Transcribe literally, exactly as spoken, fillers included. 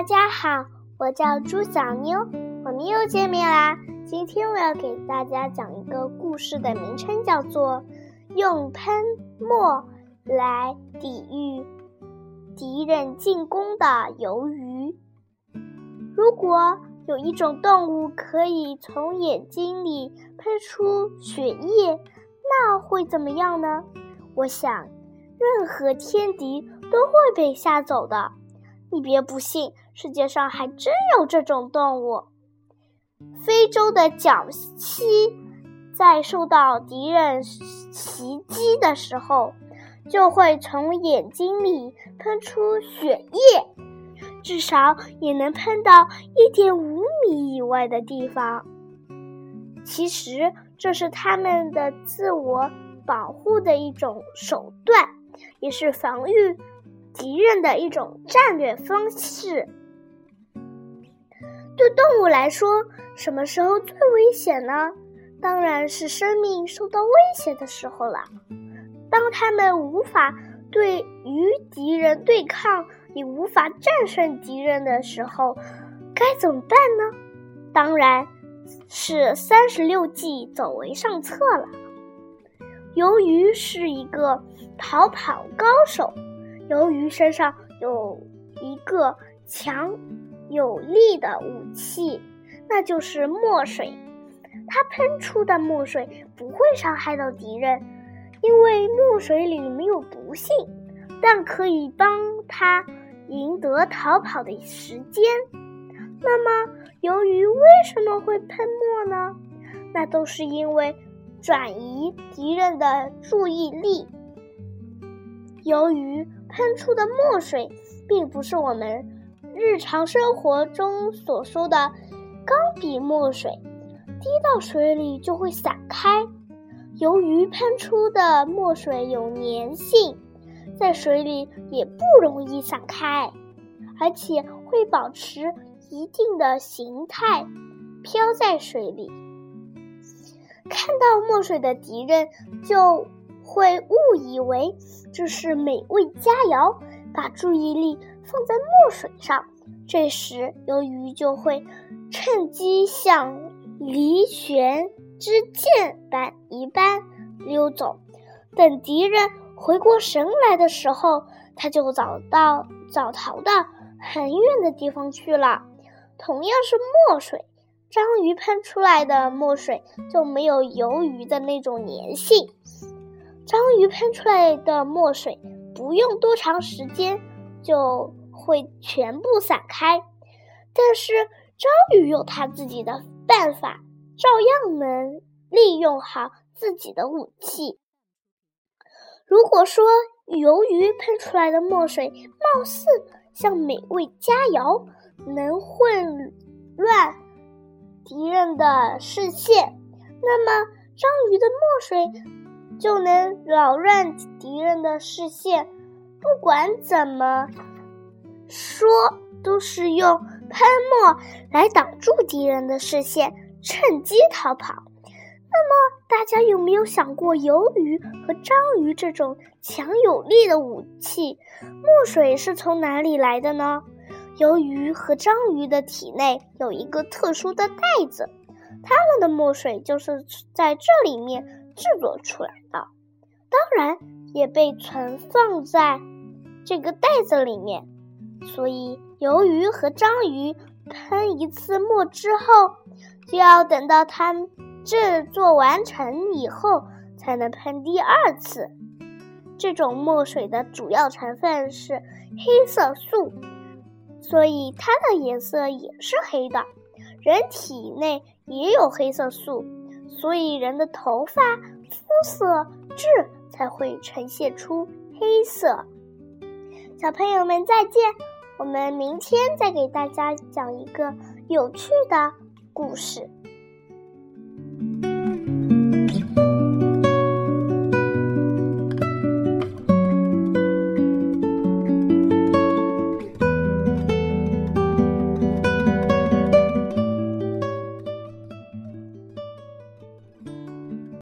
家好，我叫朱小妞，我们又见面啦。今天我要给大家讲一个故事的名称，叫做用喷墨来抵御敌人进攻的鱿鱼。如果有一种动物可以从眼睛里喷出血液，那会怎么样呢？我想任何天敌都会被吓走的。你别不信，世界上还真有这种动物。非洲的角蜥在受到敌人袭击的时候，就会从眼睛里喷出血液，至少也能喷到 一点五米以外的地方。其实这是它们的自我保护的一种手段，也是防御敌人的一种战略方式。对动物来说，什么时候最危险呢？当然是生命受到威胁的时候了。当它们无法对与敌人对抗，也无法战胜敌人的时候，该怎么办呢？当然是三十六计走为上策了。鱿鱼是一个逃跑高手，鱿鱼身上有一个强有力的武器，那就是墨水。它喷出的墨水不会伤害到敌人，因为墨水里没有毒性，但可以帮它赢得逃跑的时间。那么鱿鱼为什么会喷墨呢？那都是因为转移敌人的注意力。鱿鱼喷出的墨水并不是我们日常生活中所说的钢笔墨水，滴到水里就会散开。鱿鱼喷出的墨水有粘性，在水里也不容易散开，而且会保持一定的形态，飘在水里。看到墨水的敌人就会误以为这是美味佳肴，把注意力放在墨水上。这时鱿鱼就会趁机像离弦之箭般一般溜走，等敌人回过神来的时候，他就早到早逃到很远的地方去了。同样是墨水，章鱼喷出来的墨水就没有鱿鱼的那种粘性。章鱼喷出来的墨水不用多长时间就会全部散开，但是章鱼有它自己的办法，照样能利用好自己的武器。如果说鱿鱼喷出来的墨水貌似像美味佳肴，能混乱敌人的视线，那么章鱼的墨水就能扰乱敌人的视线。不管怎么说，都是用喷墨来挡住敌人的视线，趁机逃跑。那么大家有没有想过，鱿鱼和章鱼这种强有力的武器，墨水是从哪里来的呢？鱿鱼和章鱼的体内有一个特殊的袋子，它们的墨水就是在这里面制作出来的，当然也被存放在这个袋子里面。所以鱿鱼和章鱼喷一次墨之后，就要等到它们制作完成以后才能喷第二次。这种墨水的主要成分是黑色素，所以它的颜色也是黑的。人体内也有黑色素，所以人的头发、肤色、痣才会呈现出黑色。小朋友们再见，我们明天再给大家讲一个有趣的故事。